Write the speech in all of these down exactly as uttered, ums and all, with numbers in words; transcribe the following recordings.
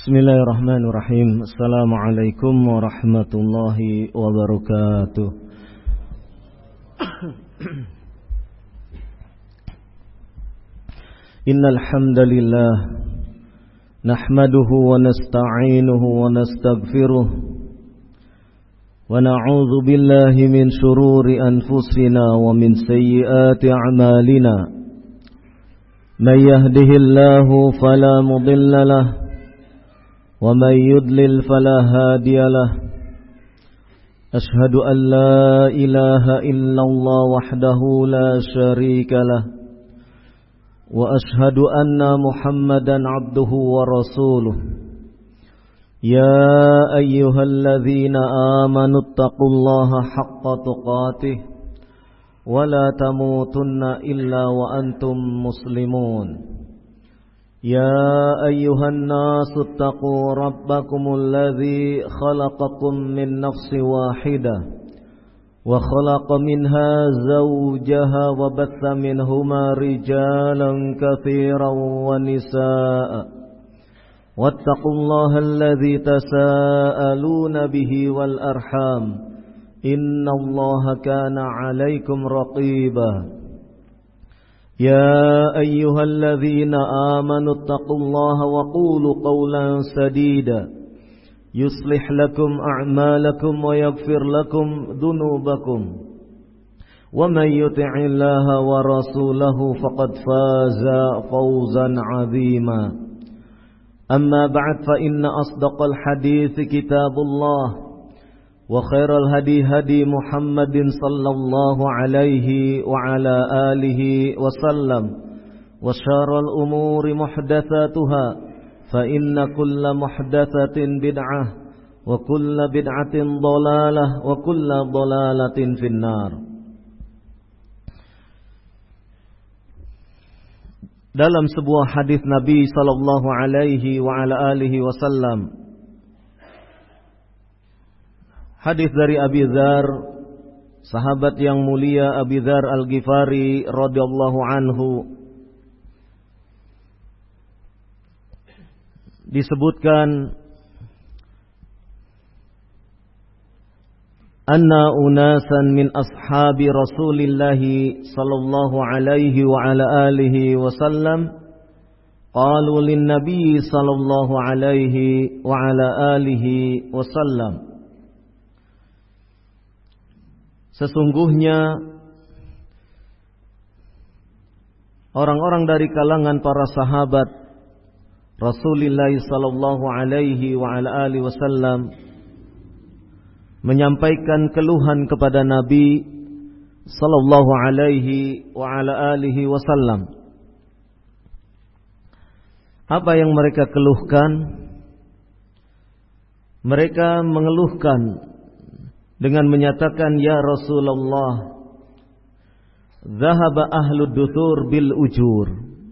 Bismillahirrahmanirrahim. Assalamualaikum warahmatullahi wabarakatuh. Innal hamdalillah nahmaduhu wa nasta'inuhu wa nastaghfiruh wa na'udzu billahi min shururi anfusina wa min sayyiati a'malina. May yahdihillahu fala mudilla lahu ومن يضلل فلا هادي له أشهد أن لا إله إلا الله وحده لا شريك له وأشهد أن محمدا عبده ورسوله يا أيها الذين آمنوا اتقوا الله حق تقاته ولا تموتن إلا وأنتم مسلمون يا أيها الناس اتقوا ربكم الذي خلقكم من نفس واحدة وخلق منها زوجها وبث منهما رجالا كثيرا ونساء واتقوا الله الذي تساءلون به والأرحام إن الله كان عليكم رقيبا يا أيها الذين آمنوا اتقوا الله وقولوا قولا سديدا يصلح لكم أعمالكم ويغفر لكم ذنوبكم ومن يطع الله ورسوله فقد فاز فوزا عظيما أما بعد فإن أصدق الحديث كتاب الله وخير الهدي هدي محمد صلى الله عليه وعلى آله وسلم وشر الأمور محدثاتها فإن كل محدثة بدعة وكل بدعة ضلالة وكل ضلالة في النار. Dalam sebuah hadis Nabi sallallahu alaihi wa ala alihi wasallam, hadis dari Abi Dzar, sahabat yang mulia Abi Dzar Al-Ghifari radhiyallahu anhu, disebutkan anna unasan min ashabi Rasulillah sallallahu alaihi wa ala alihi wasallam qalu lin nabiy sallallahu alaihi wa ala alihi wasallam, sesungguhnya orang-orang dari kalangan para sahabat Rasulullah sallallahu alaihi wa ala alihi wasallam menyampaikan keluhan kepada Nabi sallallahu alaihi wa ala alihi wasallam. Apa yang mereka keluhkan? Mereka mengeluhkan dengan menyatakan, ya Rasulullah, zahaba ahlud duthur bil ujur.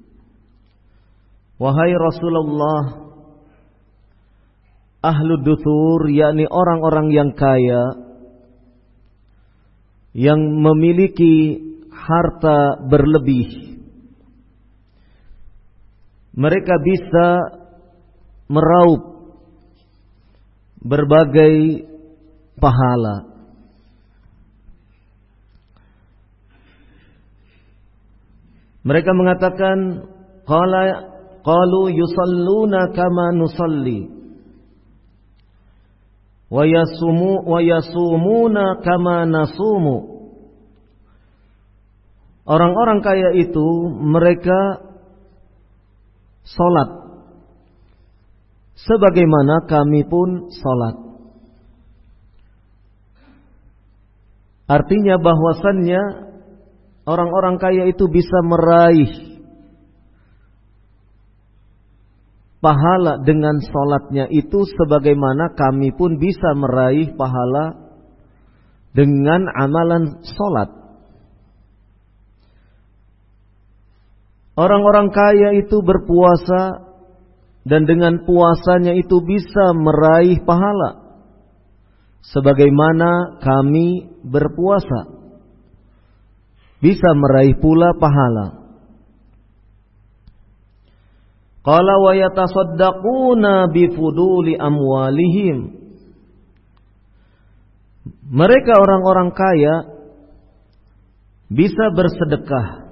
Wahai Rasulullah, ahlud duthur, yakni orang-orang yang kaya, yang memiliki harta berlebih, mereka bisa meraup berbagai pahala. Mereka mengatakan, qala qalu yusalluna kama nusalli wa yasumu wa yasumuna kama nasumu. Orang-orang kaya itu mereka salat sebagaimana kami pun salat. Artinya bahwasannya orang-orang kaya itu bisa meraih pahala dengan salatnya itu sebagaimana kami pun bisa meraih pahala dengan amalan salat. Orang-orang kaya itu berpuasa dan dengan puasanya itu bisa meraih pahala sebagaimana kami berpuasa, bisa meraih pula pahala. Qala wa yatasaddaquna bifuduli amwalihim. Mereka orang-orang kaya bisa bersedekah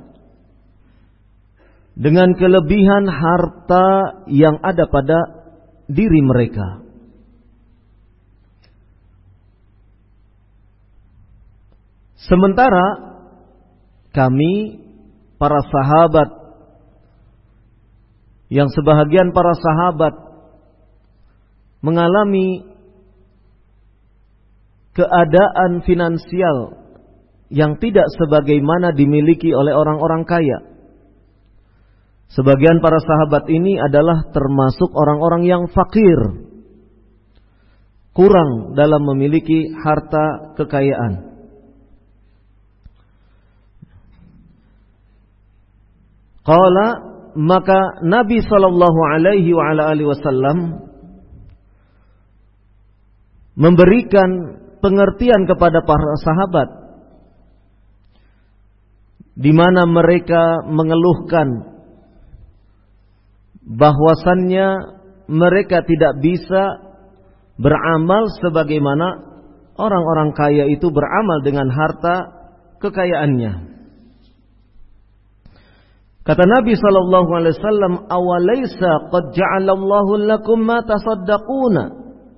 dengan kelebihan harta yang ada pada diri mereka. Sementara kami, para sahabat, yang sebahagian para sahabat mengalami keadaan finansial yang tidak sebagaimana dimiliki oleh orang-orang kaya. Sebagian para sahabat ini adalah termasuk orang-orang yang fakir, kurang dalam memiliki harta kekayaan. Qala, maka Nabi sallallahu alaihi wa ala alihi wasallam memberikan pengertian kepada para sahabat di mana mereka mengeluhkan bahwasannya mereka tidak bisa beramal sebagaimana orang-orang kaya itu beramal dengan harta kekayaannya. Kata Nabi sallallahu alaihi wasallam, "Awalaysa qad ja'alallahu lakum ma tasaddaquna?"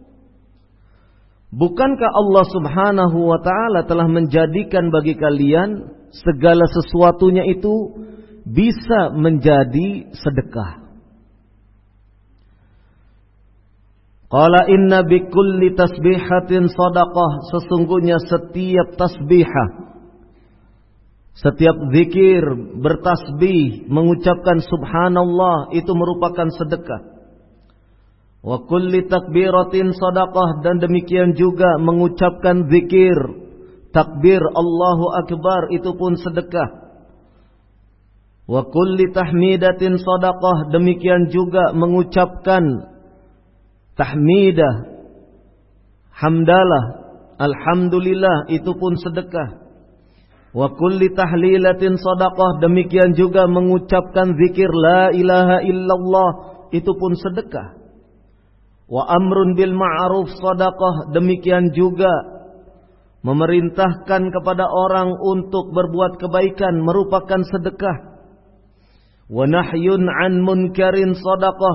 Bukankah Allah Subhanahu wa taala telah menjadikan bagi kalian segala sesuatunya itu bisa menjadi sedekah? Qala inna bikulli tasbihatin shadaqah. Sesungguhnya setiap tasbihah, setiap zikir, bertasbih, mengucapkan subhanallah itu merupakan sedekah. Wa kulli takbiratin shadaqah, dan demikian juga mengucapkan zikir, takbir Allahu Akbar itu pun sedekah. Wa kulli tahmidatin shadaqah, demikian juga mengucapkan tahmidah, hamdalah, alhamdulillah itu pun sedekah. Wa kulli tahlilatin shadaqah, demikian juga mengucapkan zikir la ilaha illallah itu pun sedekah. Wa amrun bil ma'ruf shadaqah, demikian juga memerintahkan kepada orang untuk berbuat kebaikan merupakan sedekah. Wa nahyun an munkarin shadaqah,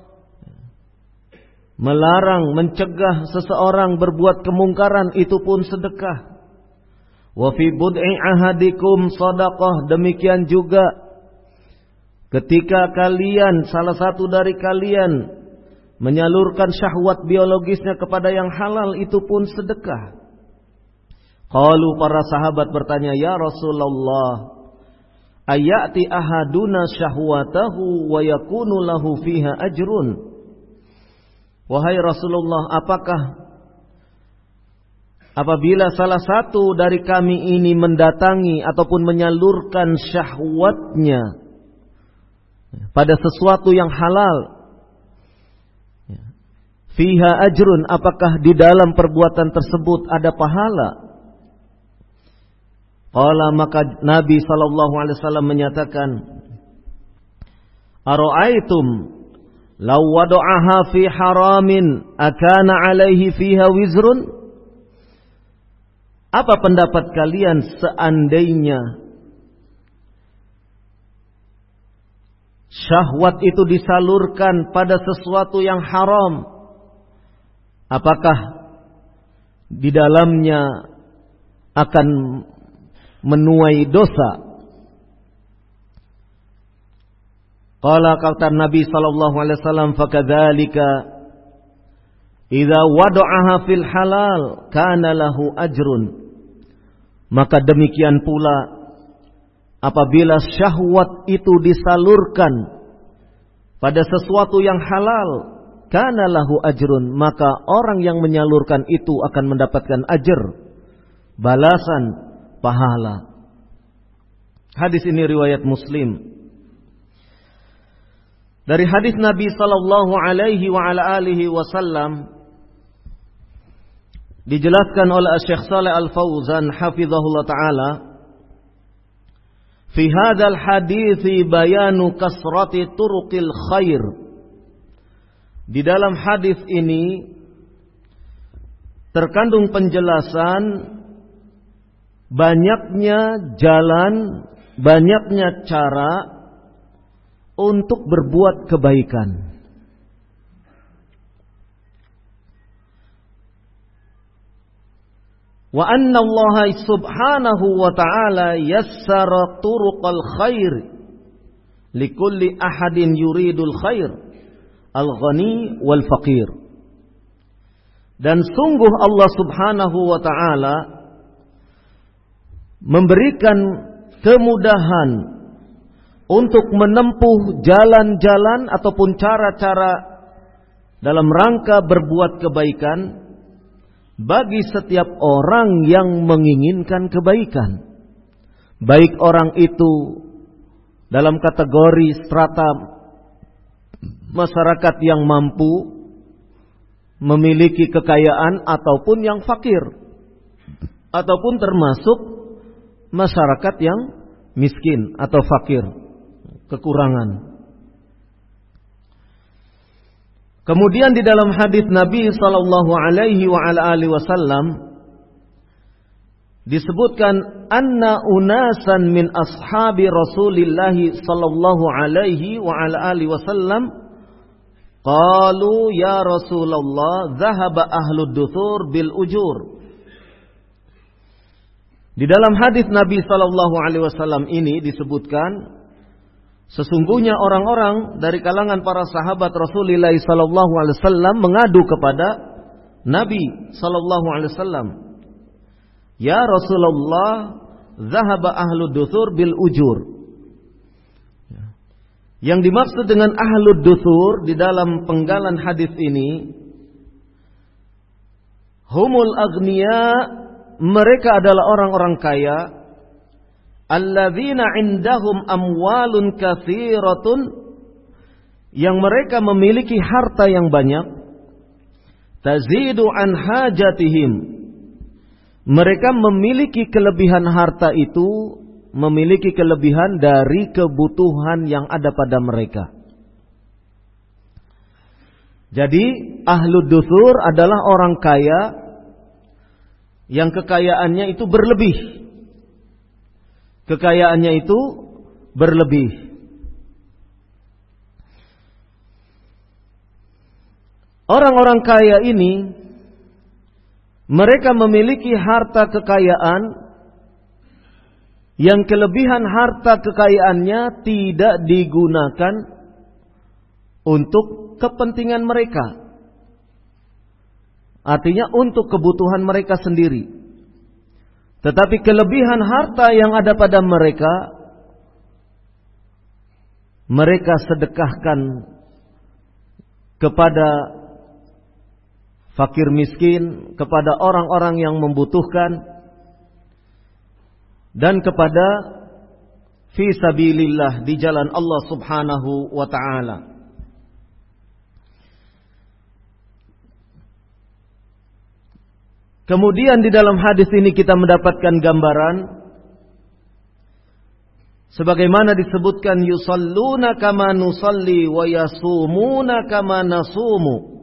melarang, mencegah seseorang berbuat kemungkaran itu pun sedekah. Wa fi bud'i ahadikum shadaqah, demikian juga ketika kalian, salah satu dari kalian menyalurkan syahwat biologisnya kepada yang halal itu pun sedekah. Qalu, para sahabat bertanya, ya Rasulullah, ayati ahaduna syahwatahu wa yakunu lahu fiha ajrun? Wahai Rasulullah, apakah apabila salah satu dari kami ini mendatangi ataupun menyalurkan syahwatnya pada sesuatu yang halal, fiha ajrun, apakah di dalam perbuatan tersebut ada pahala? Qala, maka Nabi sallallahu alaihi wasallam menyatakan, ara'aitum law wada'aha fi haramin akana alaihi fiha wizrun? Apa pendapat kalian seandainya syahwat itu disalurkan pada sesuatu yang haram, apakah di dalamnya akan menuai dosa? Qala, kata Nabi sallallahu alaihi wasallam, fakadzalika idza wada'aha fil halal kana lahu ajrun. Maka demikian pula apabila syahwat itu disalurkan pada sesuatu yang halal, kana lahu ajrun, maka orang yang menyalurkan itu akan mendapatkan ajar, balasan, pahala. Hadis ini riwayat Muslim. Dari hadis Nabi sallallahu alaihi wa ala alihi wasallam dijelaskan oleh Syekh Shalih Al Fauzan hafizahullah taala, fi hadzal hadithi bayanu kasrati turuqil khair. Di dalam hadis ini terkandung penjelasan banyaknya jalan, banyaknya cara untuk berbuat kebaikan. Wa anna Allah subhanahu wa ta'ala yassara turuqal khair likulli ahadin yuridul khair al-ghani wal faqir. Dan sungguh Allah subhanahu wa ta'ala memberikan kemudahan untuk menempuh jalan-jalan ataupun cara-cara dalam rangka berbuat kebaikan bagi setiap orang yang menginginkan kebaikan. Baik orang itu dalam kategori strata masyarakat yang mampu, memiliki kekayaan, ataupun yang fakir, ataupun termasuk masyarakat yang miskin atau fakir, kekurangan. Kemudian di dalam hadis Nabi sallallahu alaihi wa ala alihi wasallam disebutkan anna unasan min ashabi Rasulillah sallallahu alaihi wa ala alihi wasallam qalu ya Rasulullah dhahaba ahlud duthur bil ujur. Di dalam hadis Nabi sallallahu alaihi wasallam ini disebutkan sesungguhnya orang-orang dari kalangan para sahabat Rasulullah sallallahu alaihi wasallam mengadu kepada Nabi sallallahu alaihi wasallam, ya Rasulullah, zahaba ahlud duthur bil ujur. Yang dimaksud dengan ahlud duthur di dalam penggalan hadis ini, humul agniya, mereka adalah orang-orang kaya, alladzina indahum amwalun katsiratun, yang mereka memiliki harta yang banyak, tazidu an hajatihim, mereka memiliki kelebihan harta itu, memiliki kelebihan dari kebutuhan yang ada pada mereka. Jadi ahlud duthur adalah orang kaya yang kekayaannya itu berlebih. Kekayaannya itu berlebih. Orang-orang kaya ini mereka memiliki harta kekayaan yang kelebihan harta kekayaannya tidak digunakan untuk kepentingan mereka. Artinya untuk kebutuhan mereka sendiri. Tetapi kelebihan harta yang ada pada mereka, mereka sedekahkan kepada fakir miskin, kepada orang-orang yang membutuhkan, dan kepada fi sabilillah, di jalan Allah subhanahu wa ta'ala. Kemudian di dalam hadis ini kita mendapatkan gambaran sebagaimana disebutkan, yusalluna kama nusalli wa yasumuna kama nasumu.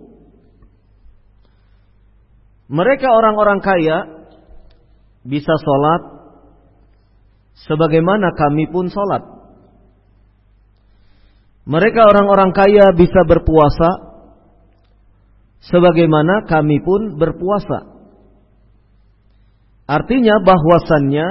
Mereka orang-orang kaya bisa sholat sebagaimana kami pun sholat. Mereka orang-orang kaya bisa berpuasa sebagaimana kami pun berpuasa. Artinya bahwasannya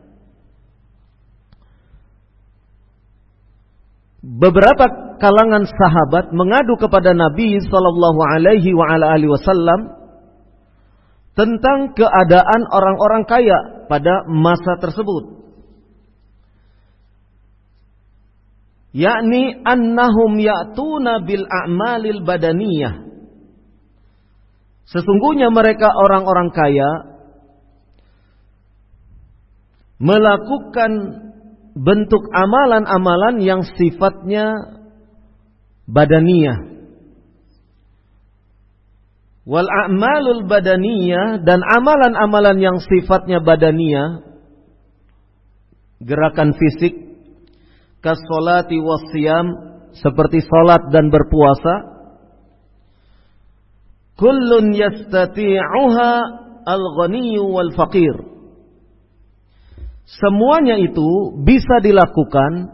beberapa kalangan sahabat mengadu kepada Nabi sallallahu alaihi wa ala alihi wasallam tentang keadaan orang-orang kaya pada masa tersebut. Yakni annahum ya'tuna bil a'malil badaniyah. Sesungguhnya mereka orang-orang kaya melakukan bentuk amalan-amalan yang sifatnya badaniyah. Wal a'malul badaniyah, dan amalan-amalan yang sifatnya badaniyah, gerakan fisik, Kas-sholati was-siyam, seperti salat dan berpuasa. Kullun yastati'uha al-ghaniyyu wal faqir. Semuanya itu bisa dilakukan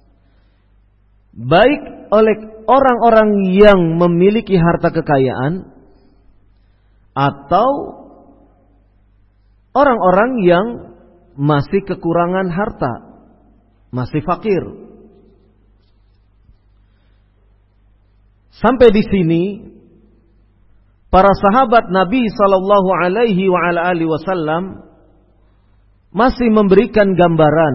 baik oleh orang-orang yang memiliki harta kekayaan atau orang-orang yang masih kekurangan harta, masih fakir. Sampai di sini para sahabat Nabi sallallahu alaihi wa ala alihi wasallam masih memberikan gambaran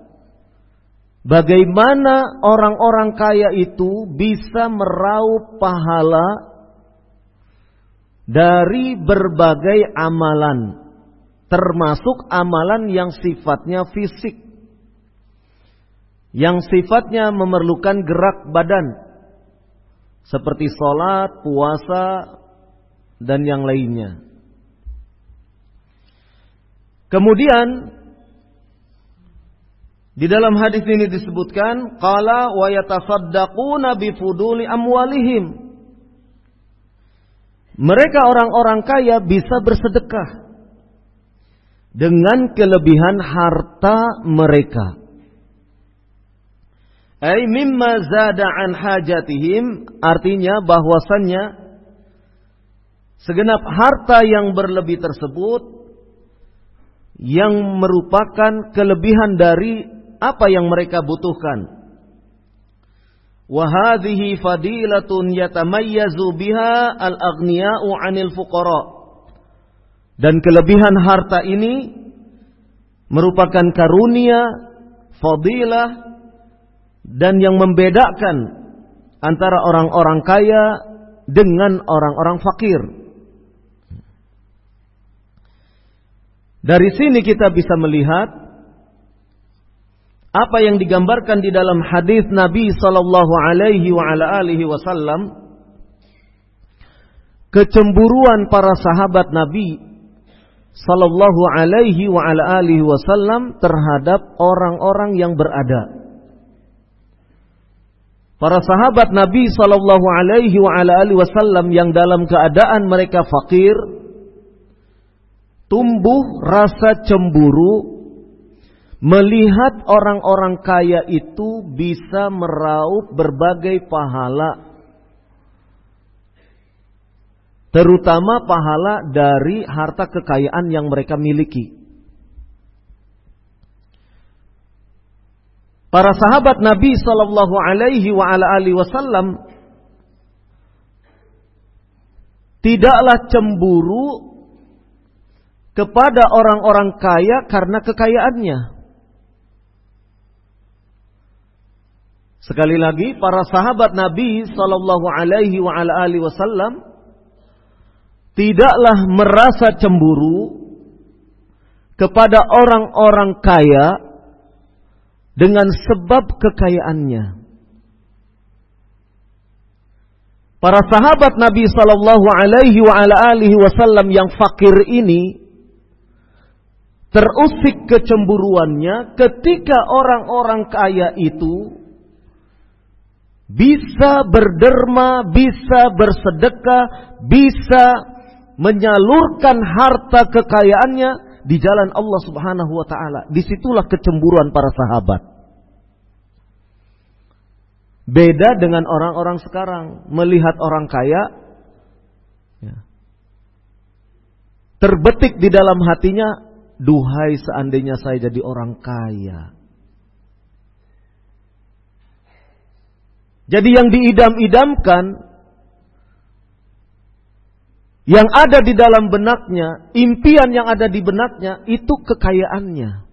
bagaimana orang-orang kaya itu bisa meraup pahala dari berbagai amalan, termasuk amalan yang sifatnya fisik, yang sifatnya memerlukan gerak badan, seperti sholat, puasa, dan yang lainnya. Kemudian di dalam hadis ini disebutkan qala wa yatasaddaquna bi fuduli amwalihim. Mereka orang-orang kaya bisa bersedekah dengan kelebihan harta mereka. Ai mimma zada an hajatihim, artinya bahwasannya segenap harta yang berlebih tersebut yang merupakan kelebihan dari apa yang mereka butuhkan. Wa hadhihi fadilatun yatamayyazu biha al-aghniya'u 'anil fuqara. Dan kelebihan harta ini merupakan karunia, fadilah, dan yang membedakan antara orang-orang kaya dengan orang-orang fakir. Dari sini kita bisa melihat apa yang digambarkan di dalam hadis Nabi sallallahu alaihi wa ala alihi wasallam, kecemburuan para sahabat Nabi sallallahu alaihi wa ala alihi wasallam terhadap orang-orang yang berada. Para sahabat Nabi sallallahu alaihi wa ala alihi wasallam yang dalam keadaan mereka fakir, tumbuh rasa cemburu melihat orang-orang kaya itu bisa meraup berbagai pahala, terutama pahala dari harta kekayaan yang mereka miliki. Para sahabat Nabi sallallahu alaihi wa ala alihi wasallam tidaklah cemburu kepada orang-orang kaya karena kekayaannya. Sekali lagi, para sahabat Nabi sallallahu alaihi wa ala alihi wasallam tidaklah merasa cemburu kepada orang-orang kaya dengan sebab kekayaannya. Para sahabat Nabi sallallahu alaihi wa ala alihi wasallam yang fakir ini terusik kecemburuannya ketika orang-orang kaya itu bisa berderma, bisa bersedekah, bisa menyalurkan harta kekayaannya di jalan Allah Subhanahu wa taala. Disitulah kecemburuan para sahabat. Beda dengan orang-orang sekarang, melihat orang kaya ya, terbetik di dalam hatinya, duhai seandainya saya jadi orang kaya. Jadi yang diidam-idamkan, yang ada di dalam benaknya, impian yang ada di benaknya, itu kekayaannya.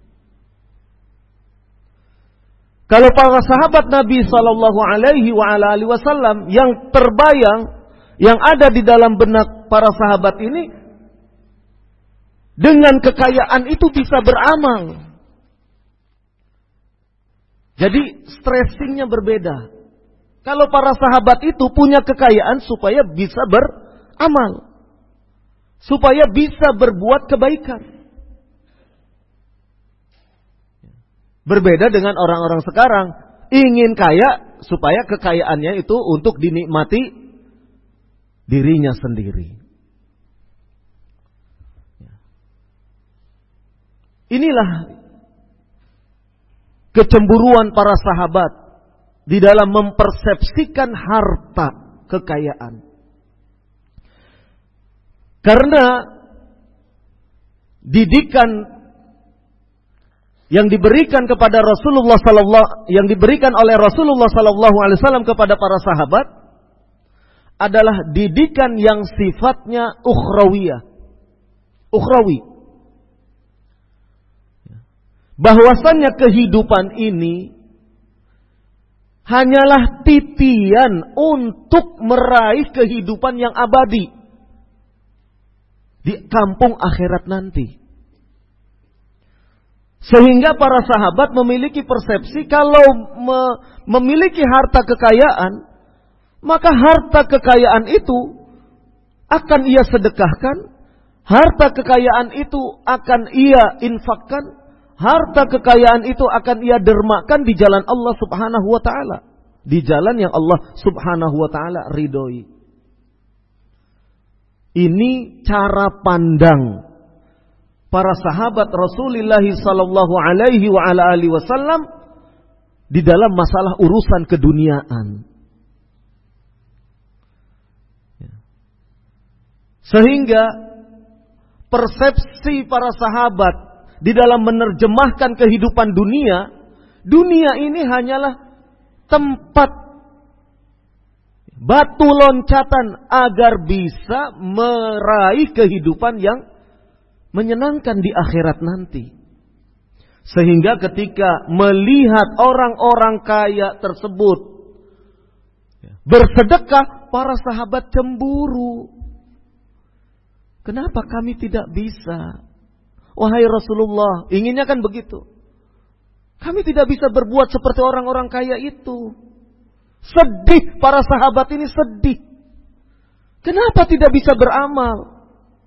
Kalau para sahabat Nabi sallallahu alaihi wa ala alihi wasallam yang terbayang, yang ada di dalam benak para sahabat ini, dengan kekayaan itu bisa beramal. Jadi stressingnya berbeda. Kalau para sahabat itu punya kekayaan supaya bisa beramal, supaya bisa berbuat kebaikan. Berbeda dengan orang-orang sekarang, ingin kaya supaya kekayaannya itu untuk dinikmati dirinya sendiri. Inilah kecemburuan para sahabat di dalam mempersepsikan harta kekayaan. Karena didikan yang diberikan kepada Rasulullah sallallahu yang diberikan oleh Rasulullah sallallahu alaihi wasallam kepada para sahabat adalah didikan yang sifatnya ukhrawiyah. Ukhrawi. Bahwasannya kehidupan ini hanyalah titian untuk meraih kehidupan yang abadi di kampung akhirat nanti. Sehingga para sahabat memiliki persepsi kalau me, memiliki harta kekayaan, maka harta kekayaan itu akan ia sedekahkan, harta kekayaan itu akan ia infakkan, harta kekayaan itu akan ia dermakan di jalan Allah Subhanahu wa taala, di jalan yang Allah Subhanahu wa taala ridhoi. Ini cara pandang para sahabat Rasulullah sallallahu alaihi wa ala alihi wasallam di dalam masalah urusan keduniaan. Sehingga persepsi para sahabat di dalam menerjemahkan kehidupan dunia, dunia ini hanyalah tempat batu loncatan agar bisa meraih kehidupan yang menyenangkan di akhirat nanti. Sehingga ketika melihat orang-orang kaya tersebut bersedekah, para sahabat cemburu. Kenapa kami tidak bisa? Wahai Rasulullah, inginnya kan begitu. Kami tidak bisa berbuat seperti orang-orang kaya itu. Sedih, para sahabat ini sedih. Kenapa tidak bisa beramal?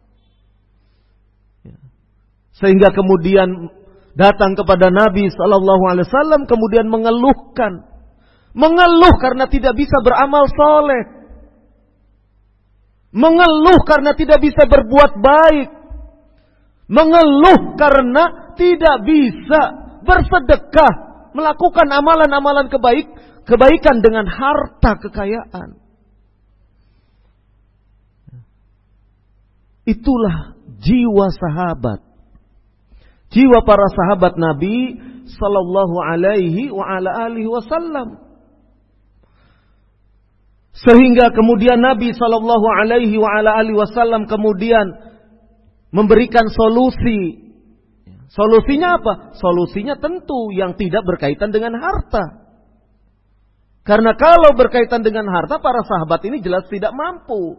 Sehingga kemudian datang kepada Nabi sallallahu alaihi wasallam, kemudian mengeluhkan. Mengeluh karena tidak bisa beramal soleh. Mengeluh karena tidak bisa berbuat baik. Mengeluh karena tidak bisa bersedekah, melakukan amalan-amalan kebaik, kebaikan dengan harta kekayaan. Itulah jiwa sahabat. Jiwa para sahabat Nabi sallallahu alaihi wa ala alihi wasallam. Sehingga kemudian Nabi sallallahu alaihi wa ala alihi wasallam kemudian memberikan solusi. Solusinya apa? Solusinya tentu yang tidak berkaitan dengan harta. Karena kalau berkaitan dengan harta, para sahabat ini jelas tidak mampu.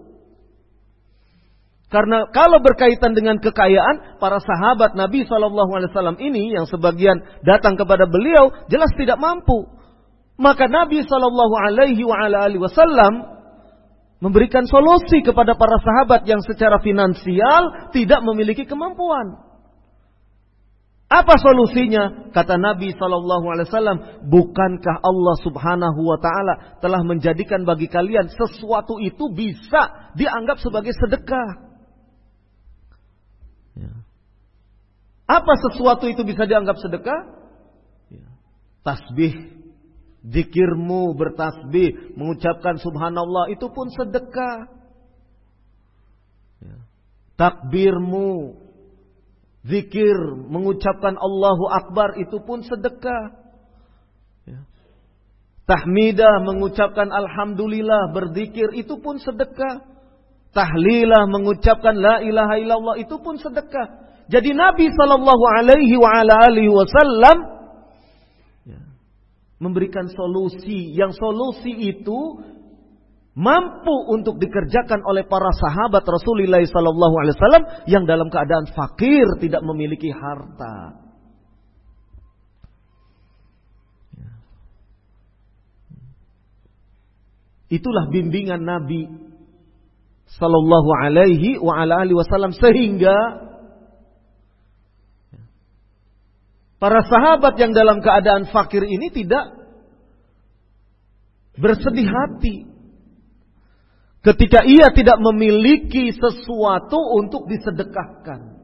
Karena kalau berkaitan dengan kekayaan, para sahabat Nabi shallallahu alaihi wasallam ini yang sebagian datang kepada beliau jelas tidak mampu. Maka Nabi shallallahu alaihi wasallam memberikan solusi kepada para sahabat yang secara finansial tidak memiliki kemampuan. Apa solusinya? Kata Nabi shallallahu alaihi wasallam, bukankah Allah Subhanahu wa taala telah menjadikan bagi kalian sesuatu itu bisa dianggap sebagai sedekah? Ya. Apa sesuatu itu bisa dianggap sedekah? Ya. Tasbih, zikirmu bertasbih, mengucapkan subhanallah itu pun sedekah. Ya. Takbirmu, zikir, mengucapkan Allahu Akbar itu pun sedekah. Ya. Tahmidah, mengucapkan Alhamdulillah, berzikir itu pun sedekah. Tahlilah, mengucapkan La ilaha illallah itu pun sedekah. Jadi Nabi sallallahu alaihi wa ala alihi wasallam ya, memberikan solusi. Yang solusi itu mampu untuk dikerjakan oleh para sahabat Rasulullah sallallahu alaihi wasallam yang dalam keadaan fakir, tidak memiliki harta. Itulah bimbingan Nabi sallallahu alaihi wa ala alihi wasallam, sehingga para sahabat yang dalam keadaan fakir ini tidak bersedih hati ketika ia tidak memiliki sesuatu untuk disedekahkan.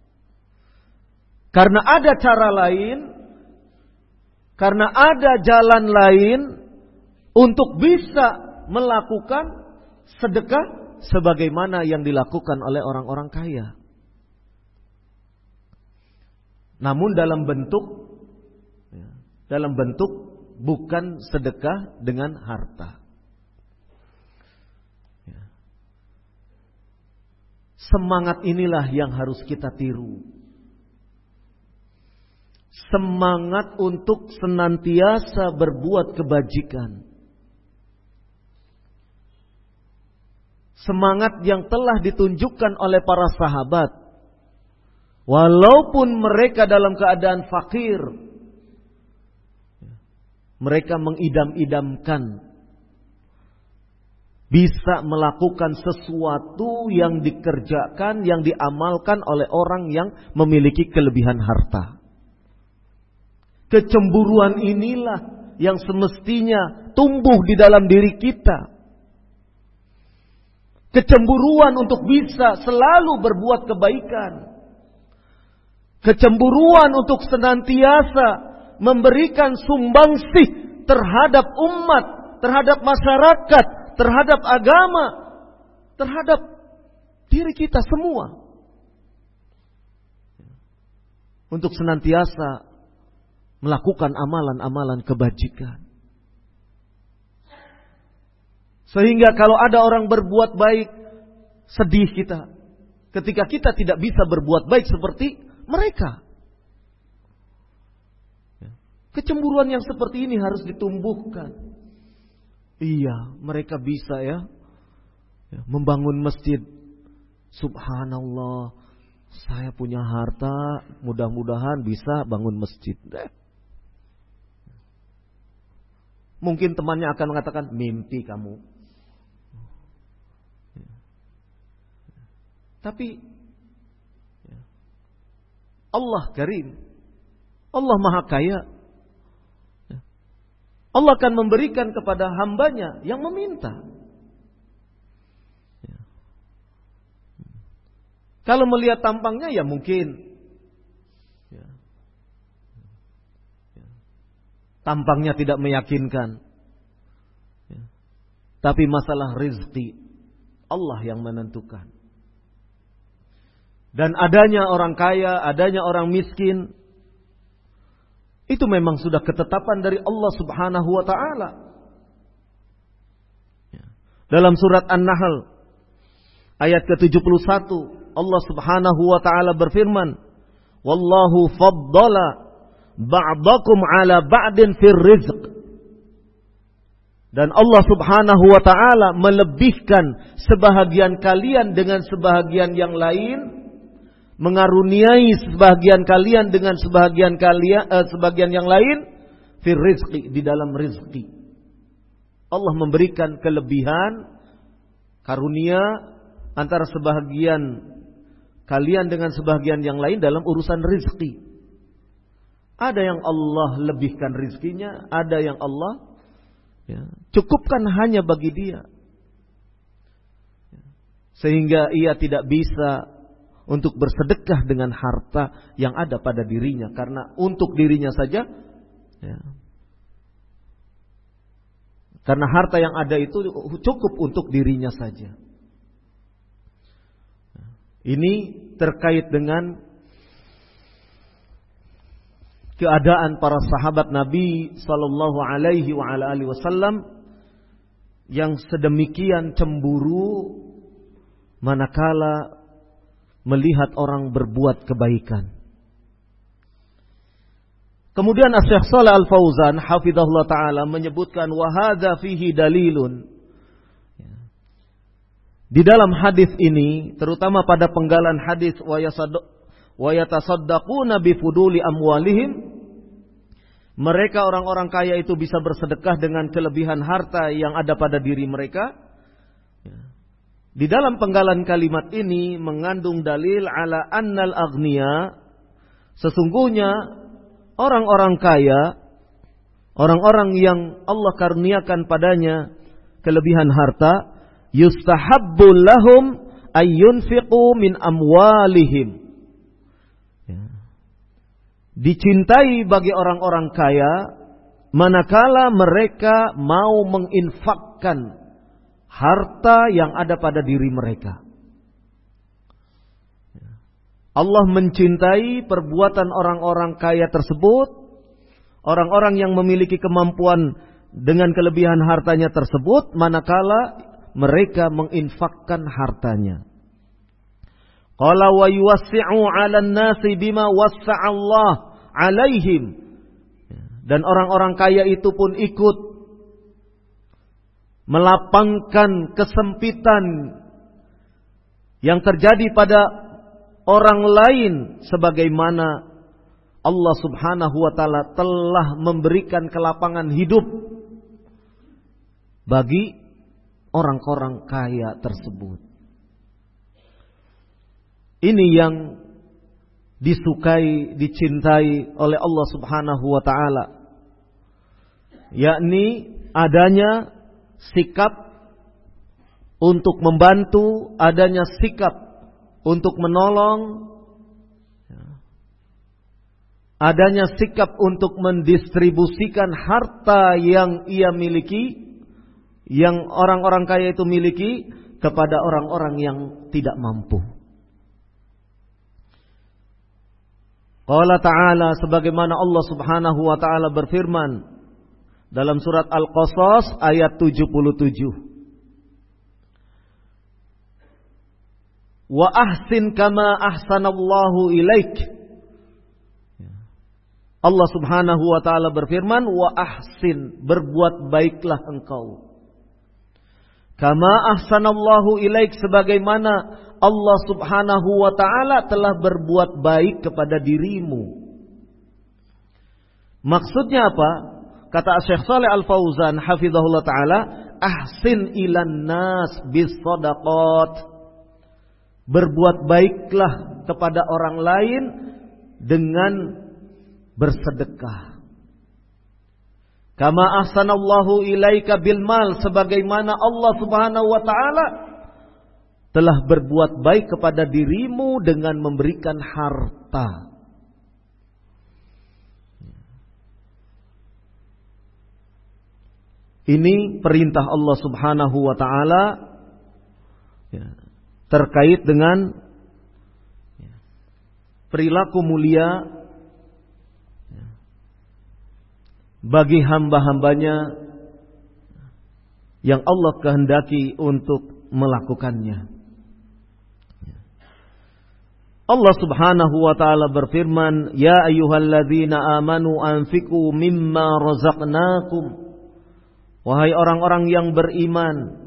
Karena ada cara lain, karena ada jalan lain untuk bisa melakukan sedekah sebagaimana yang dilakukan oleh orang-orang kaya. Namun dalam bentuk dalam bentuk bukan sedekah dengan harta. Semangat inilah yang harus kita tiru. Semangat untuk senantiasa berbuat kebajikan. Semangat yang telah ditunjukkan oleh para sahabat. Walaupun mereka dalam keadaan fakir, mereka mengidam-idamkan bisa melakukan sesuatu yang dikerjakan, yang diamalkan oleh orang yang memiliki kelebihan harta. Kecemburuan inilah yang semestinya tumbuh di dalam diri kita. Kecemburuan untuk bisa selalu berbuat kebaikan. Kecemburuan untuk senantiasa memberikan sumbangsih terhadap umat, terhadap masyarakat, terhadap agama, terhadap diri kita semua. Untuk senantiasa melakukan amalan-amalan kebajikan. Sehingga kalau ada orang berbuat baik, sedih kita ketika kita tidak bisa berbuat baik seperti mereka. Kecemburuan yang seperti ini harus ditumbuhkan. Iya, mereka bisa ya, ya membangun masjid. Subhanallah, saya punya harta, mudah-mudahan bisa bangun masjid. Mungkin temannya akan mengatakan, mimpi kamu. Tapi Allah Karim, Allah Maha Kaya. Allah akan memberikan kepada hambanya yang meminta. Kalau melihat tampangnya ya mungkin tampangnya tidak meyakinkan. Tapi masalah rezeki Allah yang menentukan. Dan adanya orang kaya, adanya orang miskin, itu memang sudah ketetapan dari Allah Subhanahu wa taala. Dalam surat An-Nahl ayat ke tujuh puluh satu, Allah Subhanahu wa taala berfirman, "Wallahu faddala ba'dakum 'ala ba'din fir rizq." Dan Allah Subhanahu wa taala melebihkan sebahagian kalian dengan sebahagian yang lain, mengaruniai sebahagian kalian dengan sebahagian kalian eh, sebagian yang lain fir rizqi, di dalam rizki. Allah memberikan kelebihan karunia antara sebahagian kalian dengan sebahagian yang lain dalam urusan rizki. Ada yang Allah lebihkan rizkinya, ada yang Allah ya, cukupkan hanya bagi dia, sehingga ia tidak bisa untuk bersedekah dengan harta yang ada pada dirinya, karena untuk dirinya saja ya, karena harta yang ada itu cukup untuk dirinya saja. Ini terkait dengan keadaan para sahabat Nabi sallallahu alaihi wa ala alihi wasallam yang sedemikian cemburu manakala melihat orang berbuat kebaikan. Kemudian Asy-Syaikh Shalih Al-Fauzan hafizahullah taala menyebutkan wa hadza fihi dalilun. Di dalam hadis ini, terutama pada penggalan hadis wa yatasaddaquna bi fuduli amwalihim, mereka orang-orang kaya itu bisa bersedekah dengan kelebihan harta yang ada pada diri mereka. Di dalam penggalan kalimat ini mengandung dalil ala annal aghniya, sesungguhnya orang-orang kaya orang-orang yang Allah karuniakan padanya kelebihan harta, yustahabbu lahum ayyunfiqu min amwalihim. Ya. Dicintai bagi orang-orang kaya manakala mereka mau menginfakkan harta yang ada pada diri mereka. Allah mencintai perbuatan orang-orang kaya tersebut, orang-orang yang memiliki kemampuan dengan kelebihan hartanya tersebut, manakala mereka menginfakkan hartanya. Qala wa yuwassi'u 'alan nasi bima wassa'a Allah 'alaihim. Dan orang-orang kaya itu pun ikut melapangkan kesempitan yang terjadi pada orang lain sebagaimana Allah Subhanahu wa taala telah memberikan kelapangan hidup bagi orang-orang kaya tersebut. Ini yang disukai, dicintai oleh Allah Subhanahu wa taala, yakni adanya sikap untuk membantu, adanya sikap untuk menolong, adanya sikap untuk mendistribusikan harta yang ia miliki, yang orang-orang kaya itu miliki, kepada orang-orang yang tidak mampu. Qala ta'ala, sebagaimana Allah Subhanahu wa ta'ala berfirman dalam surat Al-Qasas ayat tujuh puluh tujuh. Wa ahsin kama ahsanallahu ilaik. Allah Subhanahu wa taala berfirman, wa ahsin, berbuat baiklah engkau. Kama ahsanallahu ilaik, sebagaimana Allah Subhanahu wa taala telah berbuat baik kepada dirimu. Maksudnya apa? Kata Syekh Shalih Al-Fauzan hafizahullah taala, ahsin ilan nas bis shadaqat. Berbuat baiklah kepada orang lain dengan bersedekah. Kama ahsanallahu ilaika bil mal, sebagaimana Allah Subhanahu wa taala telah berbuat baik kepada dirimu dengan memberikan harta. Ini perintah Allah Subhanahu wa taala ya, terkait dengan perilaku mulia bagi hamba-hambanya yang Allah kehendaki untuk melakukannya. Allah Subhanahu wa taala berfirman, "Ya ayyuhalladzina amanu anfiqu mimma razaqnakum." Wahai orang-orang yang beriman,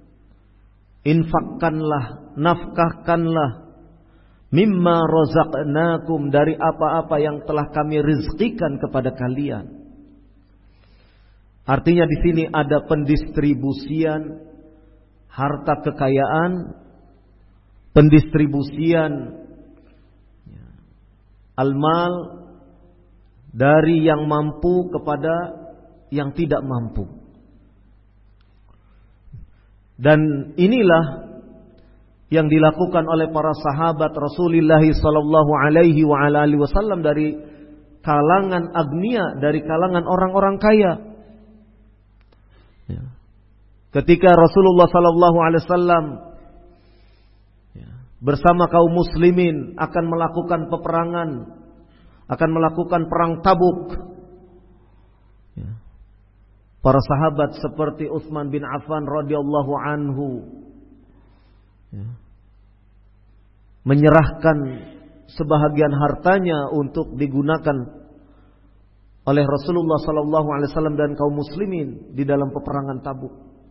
infakkanlah, nafkahkanlah mimma razaqnakum, dari apa-apa yang telah kami rizkikan kepada kalian. Artinya di sini ada pendistribusian harta kekayaan, pendistribusian al-mal dari yang mampu kepada yang tidak mampu. Dan inilah yang dilakukan oleh para sahabat Rasulullah sallallahu alaihi wa ala alihi wasallam dari kalangan agnia, dari kalangan orang-orang kaya. Ya. Ketika Rasulullah sallallahu alaihi wasallam ya, bersama kaum muslimin akan melakukan peperangan, akan melakukan perang Tabuk, ya, para sahabat seperti Utsman bin Affan radhiyallahu anhu ya, menyerahkan sebahagian hartanya untuk digunakan oleh Rasulullah sallallahu alaihi wasallam dan kaum muslimin di dalam peperangan Tabuk.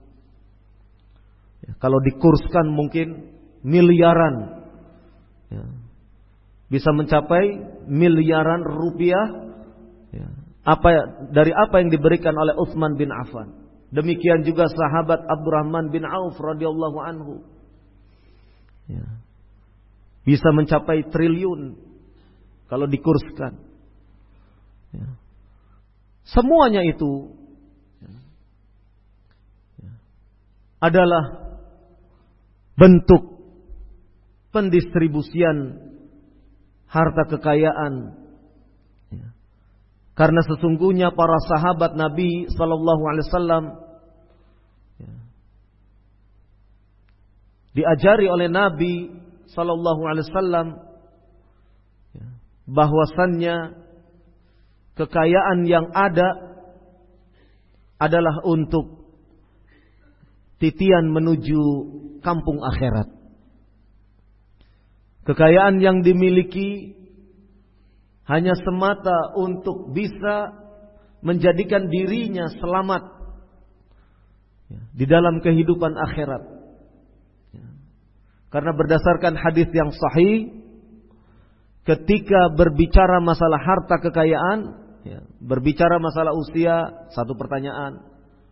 Ya, kalau dikurskan mungkin miliaran, ya, bisa mencapai miliaran rupiah. Ya, apa dari apa yang diberikan oleh Utsman bin Affan. Demikian juga sahabat Abdurrahman bin Auf radhiyallahu anhu. Ya, bisa mencapai triliun kalau dikurskan. Ya. Semuanya itu adalah bentuk pendistribusian harta kekayaan. Karena sesungguhnya para sahabat Nabi sallallahu alaihi wasallam diajari oleh Nabi sallallahu alaihi wasallam bahwasannya kekayaan yang ada adalah untuk titian menuju kampung akhirat. Kekayaan yang dimiliki hanya semata untuk bisa menjadikan dirinya selamat di dalam kehidupan akhirat. Karena berdasarkan hadis yang sahih, ketika berbicara masalah harta kekayaan, berbicara masalah usia, satu pertanyaan,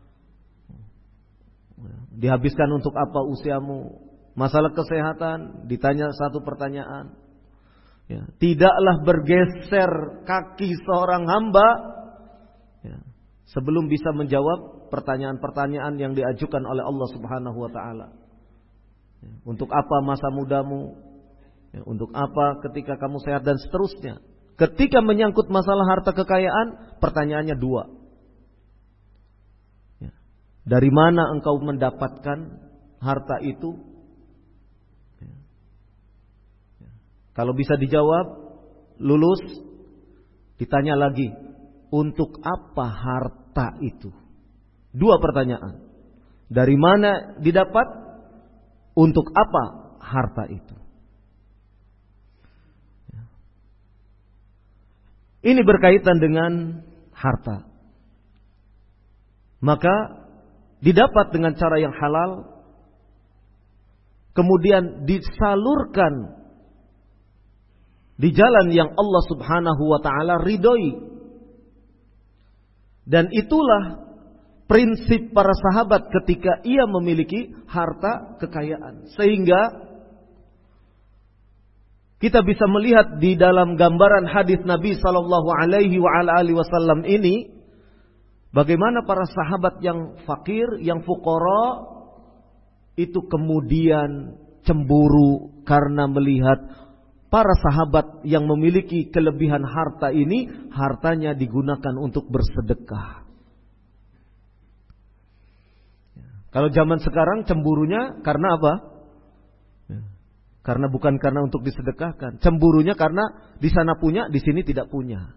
dihabiskan untuk apa usiamu? Masalah kesehatan, ditanya satu pertanyaan. Ya, tidaklah bergeser kaki seorang hamba ya, sebelum bisa menjawab pertanyaan-pertanyaan yang diajukan oleh Allah Subhanahu wa taala. Ya, untuk apa masa mudamu? Ya, untuk apa ketika kamu sehat dan seterusnya. Ketika menyangkut masalah harta kekayaan, pertanyaannya dua. Ya, dari mana engkau mendapatkan harta itu? Kalau bisa dijawab, lulus, ditanya lagi, untuk apa harta itu? Dua pertanyaan. Dari mana didapat? Untuk apa harta itu? Ini berkaitan dengan harta. Maka didapat dengan cara yang halal, kemudian disalurkan di jalan yang Allah Subhanahu wa taala ridhoi. Dan itulah prinsip para sahabat ketika ia memiliki harta kekayaan. Sehingga kita bisa melihat di dalam gambaran hadis Nabi sallallahu alaihi wa alihi wasallam ini, bagaimana para sahabat yang fakir, yang fuqara itu kemudian cemburu karena melihat para sahabat yang memiliki kelebihan harta ini, hartanya digunakan untuk bersedekah. Kalau zaman sekarang cemburunya karena apa? Karena bukan karena untuk disedekahkan. Cemburunya karena di sana punya, di sini tidak punya.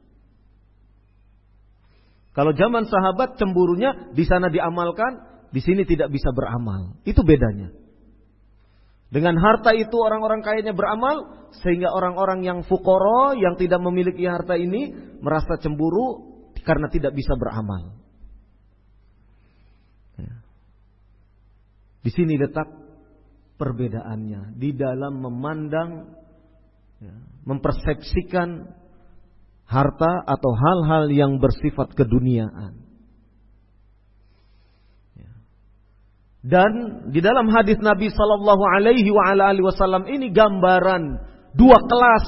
Kalau zaman sahabat cemburunya di sana diamalkan, di sini tidak bisa beramal. Itu bedanya. Dengan harta itu orang-orang kayanya beramal, sehingga orang-orang yang fuqara, yang tidak memiliki harta ini merasa cemburu karena tidak bisa beramal. Di sini letak perbedaannya di dalam memandang, mempersepsikan harta atau hal-hal yang bersifat keduniaan. Dan di dalam hadis Nabi sallallahu alaihi wa alihi wasallam ini gambaran dua kelas.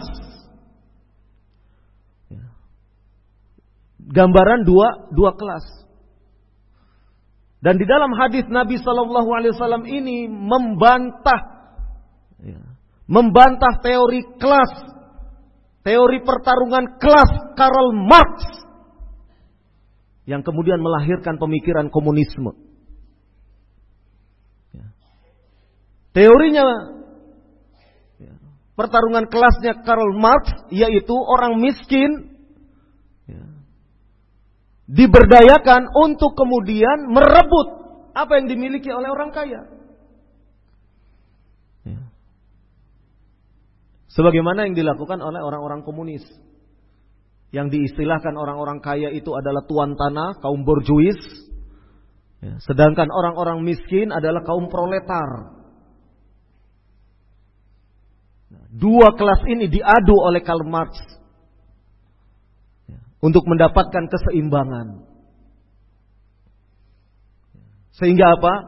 Gambaran dua dua kelas. Dan di dalam hadis Nabi sallallahu alaihi wasallam ini membantah membantah teori kelas, teori pertarungan kelas Karl Marx yang kemudian melahirkan pemikiran komunisme. Teorinya pertarungan kelasnya Karl Marx, yaitu orang miskin diberdayakan untuk kemudian merebut apa yang dimiliki oleh orang kaya. Sebagaimana yang dilakukan oleh orang-orang komunis, yang diistilahkan orang-orang kaya itu adalah tuan tanah, kaum borjuis, sedangkan orang-orang miskin adalah kaum proletar. Dua kelas ini diadu oleh Karl Marx untuk mendapatkan keseimbangan. Sehingga apa?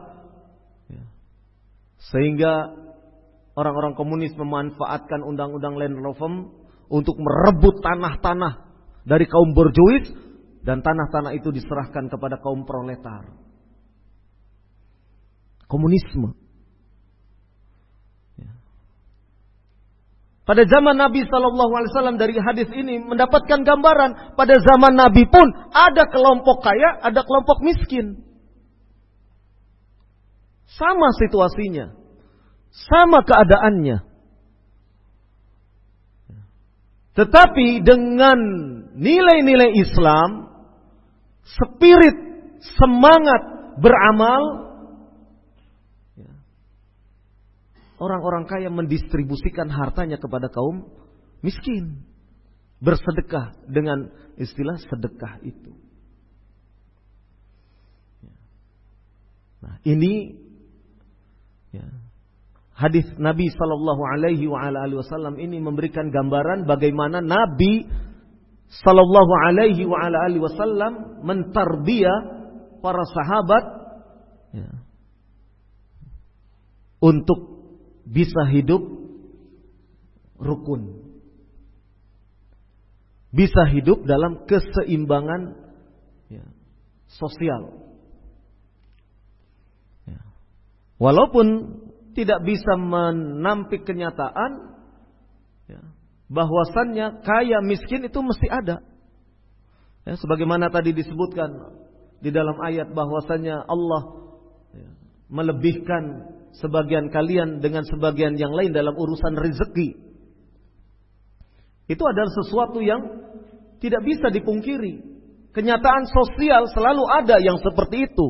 Sehingga orang-orang komunis memanfaatkan undang-undang Land Reform untuk merebut tanah-tanah dari kaum borjuis dan tanah-tanah itu diserahkan kepada kaum proletar. Komunisme. Pada zaman Nabi Sallallahu Alaihi Wasallam, dari hadis ini mendapatkan gambaran pada zaman Nabi pun ada kelompok kaya, ada kelompok miskin. Sama situasinya, sama keadaannya. Tetapi dengan nilai-nilai Islam, spirit, semangat beramal, orang-orang kaya mendistribusikan hartanya kepada kaum miskin. Bersedekah dengan istilah sedekah itu. Nah, ini ya, hadis Nabi Sallallahu Alaihi Wasallam ini memberikan gambaran bagaimana Nabi Sallallahu Alaihi Wasallam mentarbiyah para sahabat ya, untuk bisa hidup rukun, bisa hidup dalam keseimbangan ya, sosial. Ya. Walaupun tidak bisa menampik kenyataan ya, bahwasannya kaya miskin itu mesti ada. Ya, sebagaimana tadi disebutkan di dalam ayat bahwasannya Allah ya, melebihkan sebagian kalian dengan sebagian yang lain dalam urusan rezeki. Itu adalah sesuatu yang tidak bisa dipungkiri. Kenyataan sosial selalu ada yang seperti itu.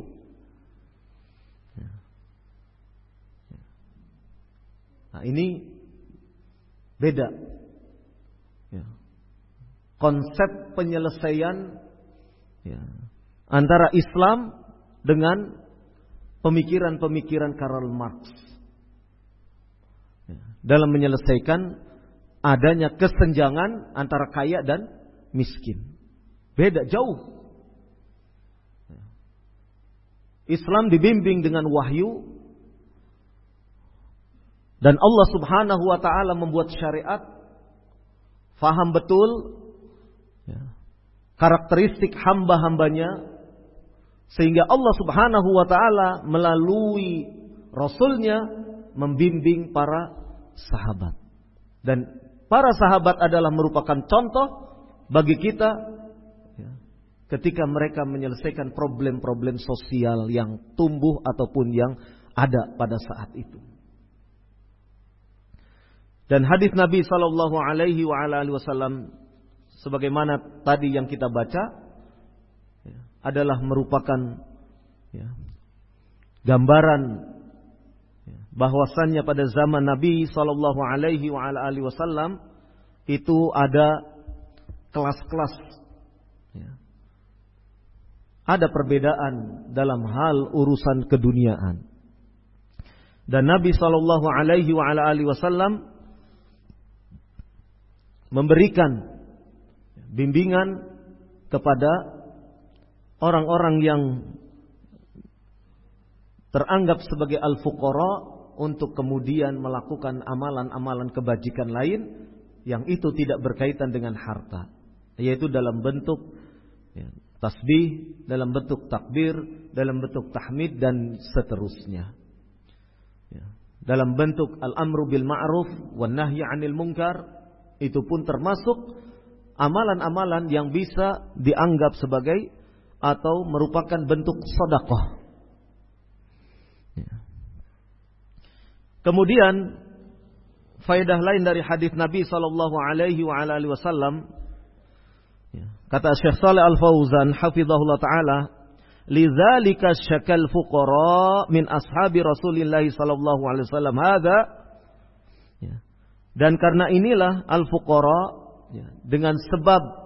Nah, ini beda. Konsep penyelesaian ya, antara Islam dengan pemikiran-pemikiran Karl Marx ya, dalam menyelesaikan adanya kesenjangan antara kaya dan miskin. Beda jauh. Islam dibimbing dengan wahyu dan Allah Subhanahu wa taala membuat syariat, faham betul ya, karakteristik hamba-hambanya, sehingga Allah Subhanahu wa taala melalui Rasulnya membimbing para sahabat. Dan para sahabat adalah merupakan contoh bagi kita ya, ketika mereka menyelesaikan problem-problem sosial yang tumbuh ataupun yang ada pada saat itu. Dan hadis Nabi Sallallahu Alaihi Wasallam sebagaimana tadi yang kita baca adalah merupakan ya, gambaran ya, bahwasannya pada zaman Nabi Sallallahu Alaihi Wasallam itu ada kelas-kelas, ya, ada perbedaan dalam hal urusan keduniaan. Dan Nabi Sallallahu Alaihi Wasallam memberikan bimbingan kepada orang-orang yang teranggap sebagai al-fuqara untuk kemudian melakukan amalan-amalan kebajikan lain yang itu tidak berkaitan dengan harta, yaitu dalam bentuk ya, tasbih, dalam bentuk takbir, dalam bentuk tahmid dan seterusnya. Ya, dalam bentuk al-amru bil ma'ruf wan nahyi 'anil munkar, itu pun termasuk amalan-amalan yang bisa dianggap sebagai atau merupakan bentuk sedekah. Ya. Kemudian faedah lain dari hadis Nabi sallallahu alaihi wasallam, ya, kata Syekh Shalih Al Fauzan hafizahullah taala, lidzalika syakal fuqara min ashabi Rasulillah sallallahu alaihi wasallam hadza, ya. Dan karena inilah al fuqara, ya, dengan sebab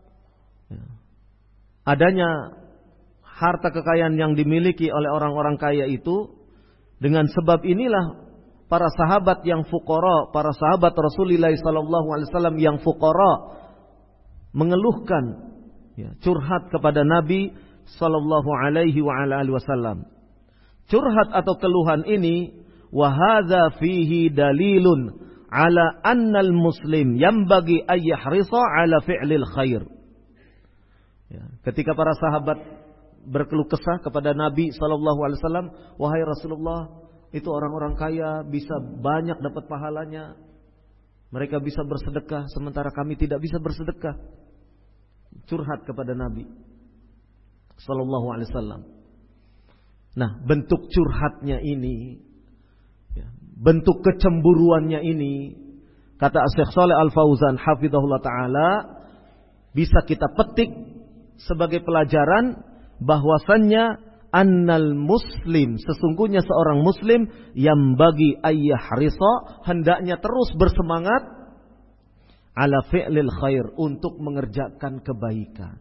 adanya harta kekayaan yang dimiliki oleh orang-orang kaya itu, dengan sebab inilah para sahabat yang fuqara, para sahabat Rasulullah sallallahu alaihi wasallam yang fuqara mengeluhkan ya, curhat kepada Nabi sallallahu alaihi wasallam. Curhat atau keluhan ini wa hadza fihi dalilun ala annal muslim yanbaghi ay yahrisa ala fi'lil khair. Ya, ketika para sahabat berkeluh kesah kepada Nabi sallallahu alaihi wasallam, "Wahai Rasulullah, itu orang-orang kaya bisa banyak dapat pahalanya. Mereka bisa bersedekah sementara kami tidak bisa bersedekah." Curhat kepada Nabi sallallahu alaihi wasallam. Nah, bentuk curhatnya ini, ya, bentuk kecemburuannya ini, kata Syekh Shalih Al Fauzan hafizahullah taala, bisa kita petik sebagai pelajaran bahwasannya annal muslim, sesungguhnya seorang muslim yang bagi ayyahrisa, hendaknya terus bersemangat ala fi'lil khair, untuk mengerjakan kebaikan.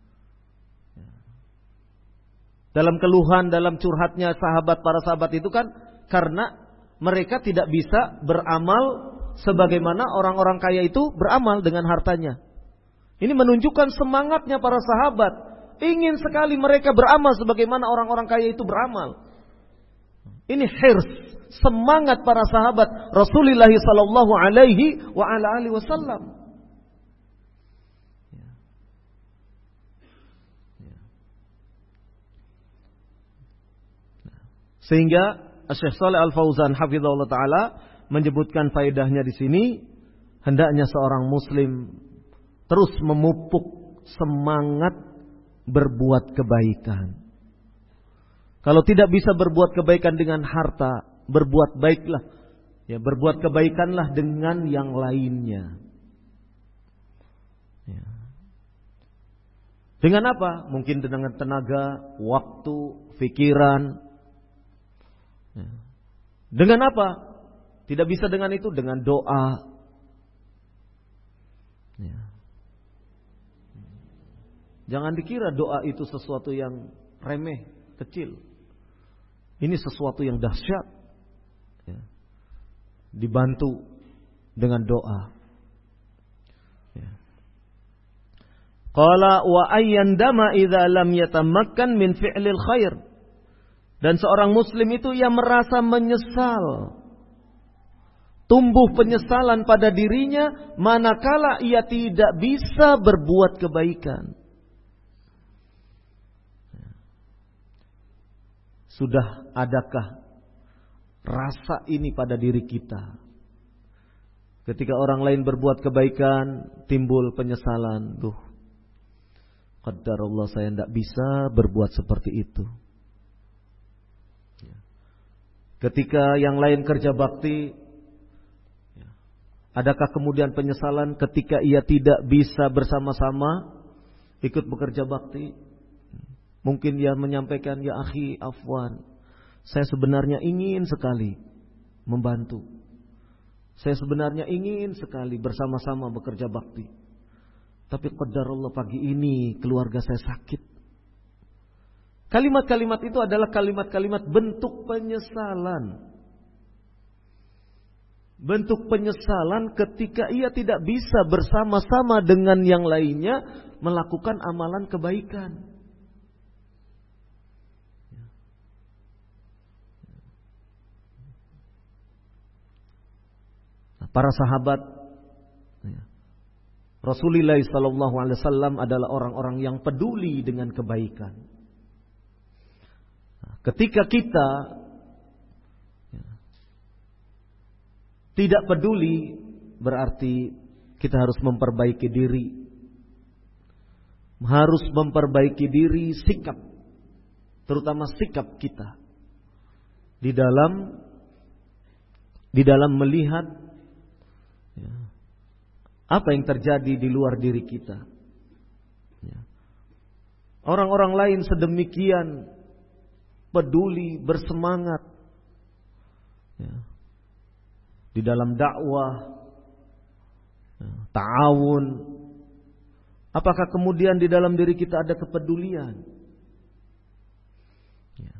Dalam keluhan, dalam curhatnya sahabat, para sahabat itu kan karena mereka tidak bisa beramal sebagaimana orang-orang kaya itu beramal dengan hartanya. Ini menunjukkan semangatnya para sahabat, ingin sekali mereka beramal sebagaimana orang-orang kaya itu beramal. Ini hirs, semangat para sahabat Rasulullah sallallahu alaihi wa ala alihi wasallam. Sehingga Syekh Shalih Al Fauzan hafizahullah taala menyebutkan faedahnya di sini, hendaknya seorang muslim terus memupuk semangat berbuat kebaikan. Kalau tidak bisa berbuat kebaikan dengan harta, berbuat baiklah, ya, berbuat kebaikanlah dengan yang lainnya. Ya. Dengan apa? Mungkin dengan tenaga, waktu, pikiran. Ya. Dengan apa? Tidak bisa dengan itu, dengan doa. Ya. Jangan dikira doa itu sesuatu yang remeh, kecil. Ini sesuatu yang dahsyat. Ya. Dibantu dengan doa. Ya. Qala wa ayyandama idza lam yatamakkan min fi'lil khair. Dan seorang muslim itu yang merasa menyesal, tumbuh penyesalan pada dirinya manakala ia tidak bisa berbuat kebaikan. Sudah adakah rasa ini pada diri kita? Ketika orang lain berbuat kebaikan, timbul penyesalan. Duh, qadarullah, saya tidak bisa berbuat seperti itu. Ketika yang lain kerja bakti, adakah kemudian penyesalan ketika ia tidak bisa bersama-sama ikut bekerja bakti? Mungkin ia menyampaikan, "Ya akhi, afwan, saya sebenarnya ingin sekali membantu. Saya sebenarnya ingin sekali bersama-sama bekerja bakti. Tapi qadarullah pagi ini keluarga saya sakit." Kalimat-kalimat itu adalah kalimat-kalimat bentuk penyesalan. Bentuk penyesalan ketika ia tidak bisa bersama-sama dengan yang lainnya melakukan amalan kebaikan. Para sahabat Rasulullah sallallahu alaihi wasallam adalah orang-orang yang peduli dengan kebaikan. Ketika kita tidak peduli, berarti kita harus memperbaiki diri. Harus memperbaiki diri, sikap, terutama sikap kita di dalam di dalam melihat ya, apa yang terjadi di luar diri kita. Ya. Orang-orang lain sedemikian peduli, bersemangat ya, di dalam dakwah, ya, ta'awun. Apakah kemudian di dalam diri kita ada kepedulian? Ya.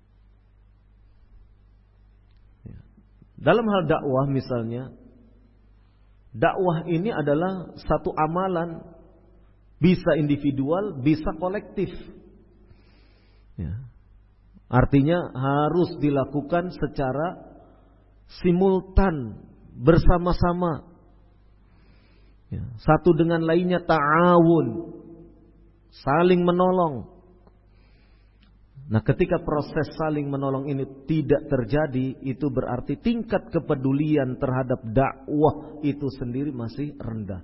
Ya. Dalam hal dakwah misalnya, dakwah ini adalah satu amalan, bisa individual, bisa kolektif. Ya. Artinya harus dilakukan secara simultan, bersama-sama. Ya, satu dengan lainnya ta'awun, saling menolong. Nah, ketika proses saling menolong ini tidak terjadi, itu berarti tingkat kepedulian terhadap dakwah itu sendiri masih rendah.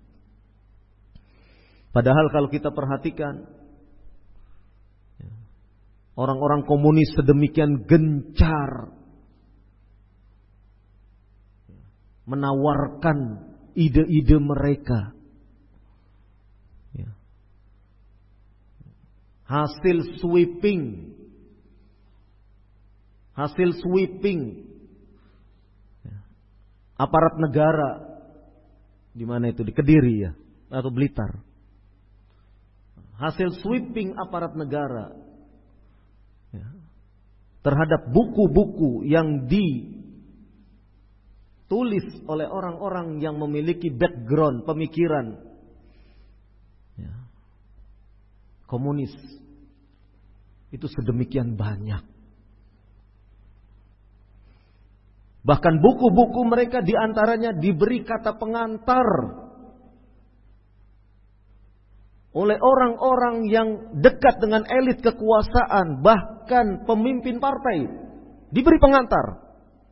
Padahal kalau kita perhatikan, orang-orang komunis sedemikian gencar menawarkan ide-ide mereka. Hasil sweeping, hasil sweeping aparat negara, di mana itu, di Kediri ya, atau Blitar. Hasil sweeping aparat negara ya, terhadap buku-buku yang ditulis oleh orang-orang yang memiliki background pemikiran ya, komunis, itu sedemikian banyak. Bahkan buku-buku mereka diantaranya diberi kata pengantar oleh orang-orang yang dekat dengan elit kekuasaan, bahkan pemimpin partai, diberi pengantar.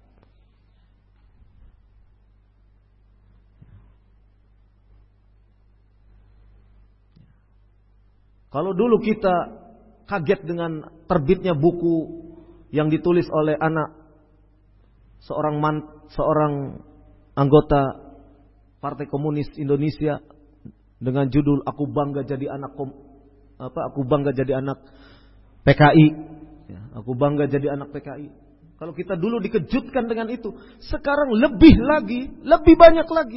Kalau dulu kita kaget dengan terbitnya buku yang ditulis oleh anak seorang man, seorang anggota Partai Komunis Indonesia dengan judul "Aku bangga jadi anak kom, apa? Aku bangga jadi anak P K I." Ya, aku bangga jadi anak P K I. Kalau kita dulu dikejutkan dengan itu, sekarang lebih lagi, lebih banyak lagi.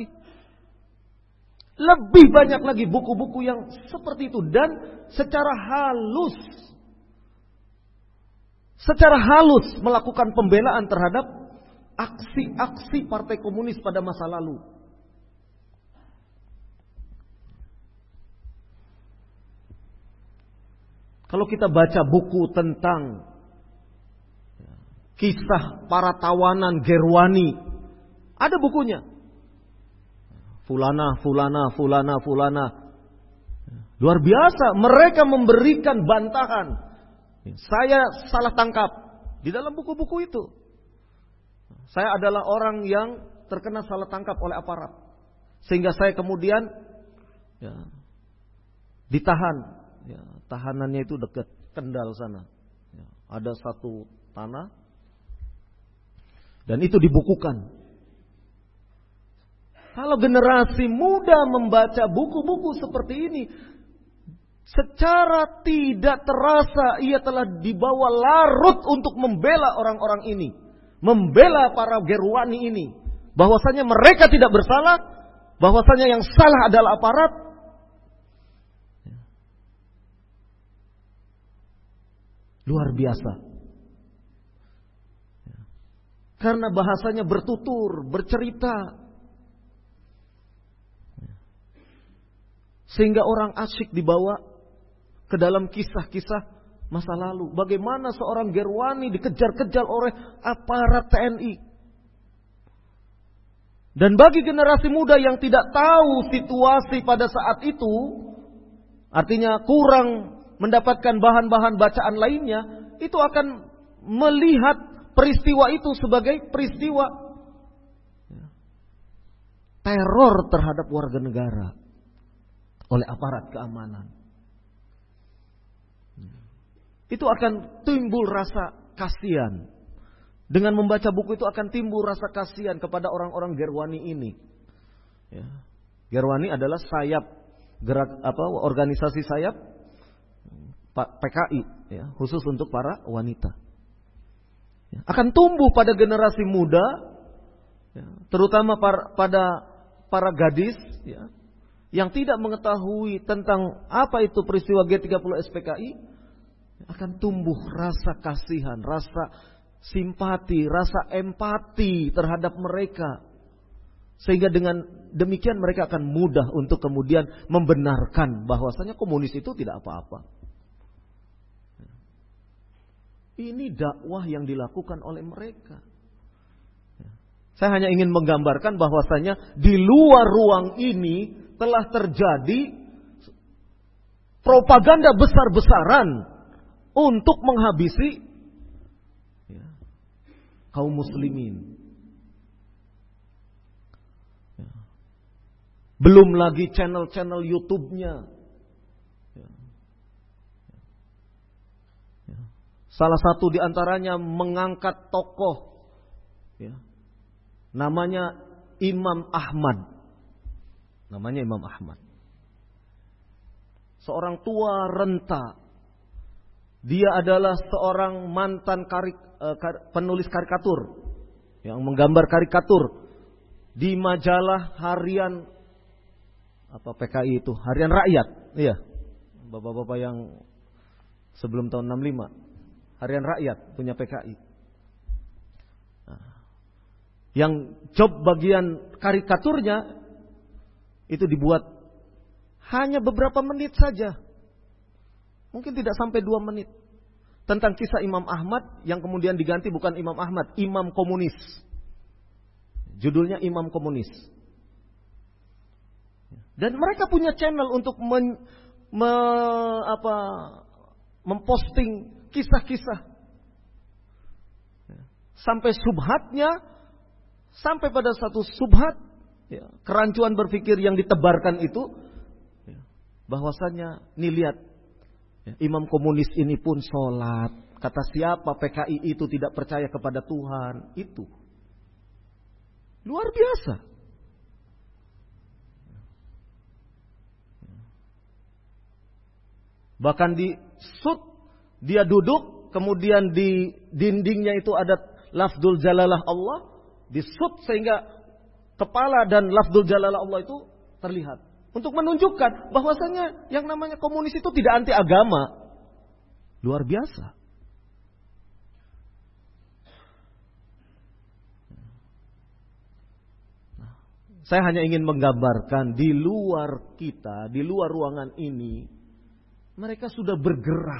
Lebih banyak lagi buku-buku yang seperti itu, dan secara halus secara halus melakukan pembelaan terhadap aksi-aksi Partai Komunis pada masa lalu. Kalau kita baca buku tentang kisah para tawanan Gerwani, ada bukunya. Fulana, fulana, fulana, fulana. Luar biasa, mereka memberikan bantahan. Saya salah tangkap di dalam buku-buku itu. Saya adalah orang yang terkena salah tangkap oleh aparat, sehingga saya kemudian ya, ditahan. Ya, tahanannya itu dekat Kendal sana. Ya, ada satu tanah, dan itu dibukukan. Kalau generasi muda membaca buku-buku seperti ini, secara tidak terasa ia telah dibawa larut untuk membela orang-orang ini, membela para Gerwani ini, bahwasanya mereka tidak bersalah, bahwasanya yang salah adalah aparat. Luar biasa. Karena bahasanya bertutur, bercerita, sehingga orang asyik dibawa ke dalam kisah-kisah masa lalu. Bagaimana seorang Gerwani dikejar-kejar oleh aparat T N I. Dan bagi generasi muda yang tidak tahu situasi pada saat itu, artinya kurang mendapatkan bahan-bahan bacaan lainnya, itu akan melihat peristiwa itu sebagai peristiwa teror terhadap warga negara oleh aparat keamanan. Itu akan timbul rasa kasihan. Dengan membaca buku itu akan timbul rasa kasihan kepada orang-orang Gerwani ini. Ya. Gerwani adalah sayap gerak apa organisasi sayap P K I, ya, khusus untuk para wanita. Ya. Akan tumbuh pada generasi muda, ya, terutama par, pada para gadis, ya, yang tidak mengetahui tentang apa itu peristiwa G tiga puluh S P K I, akan tumbuh rasa kasihan, rasa simpati, rasa empati terhadap mereka. Sehingga dengan demikian mereka akan mudah untuk kemudian membenarkan bahwasanya komunis itu tidak apa-apa. Ini dakwah yang dilakukan oleh mereka. Saya hanya ingin menggambarkan bahwasanya di luar ruang ini telah terjadi propaganda besar-besaran untuk menghabisi ya, kaum muslimin. Ya. Belum lagi channel-channel YouTube-nya. Ya. Ya. Salah satu di antaranya mengangkat tokoh ya, namanya Imam Ahmad. Namanya Imam Ahmad. Seorang tua renta. Dia adalah seorang mantan karik, uh, kar, penulis karikatur yang menggambar karikatur di majalah harian apa P K I itu, Harian Rakyat. Iya. Bapak-bapak yang sebelum tahun enam puluh lima. Harian Rakyat punya P K I. Nah, yang job bagian karikaturnya itu dibuat hanya beberapa menit saja. Mungkin tidak sampai dua menit. Tentang kisah Imam Ahmad yang kemudian diganti bukan Imam Ahmad, Imam Komunis. Judulnya Imam Komunis. Dan mereka punya channel untuk men, me, apa, memposting kisah-kisah. Sampai subhatnya, sampai pada satu subhat, ya, kerancuan berpikir yang ditebarkan itu, ya, bahwasanya, nih lihat, ya, Imam Komunis ini pun sholat. Kata siapa P K I itu tidak percaya kepada Tuhan? Itu luar biasa. Bahkan di sud dia duduk, kemudian di dindingnya itu ada lafzul jalalah Allah, di sud sehingga kepala dan lafzul jalalah Allah itu terlihat. Untuk menunjukkan bahwasanya yang namanya komunis itu tidak anti agama. Luar biasa. Nah, saya hanya ingin menggambarkan di luar kita, di luar ruangan ini, mereka sudah bergerak.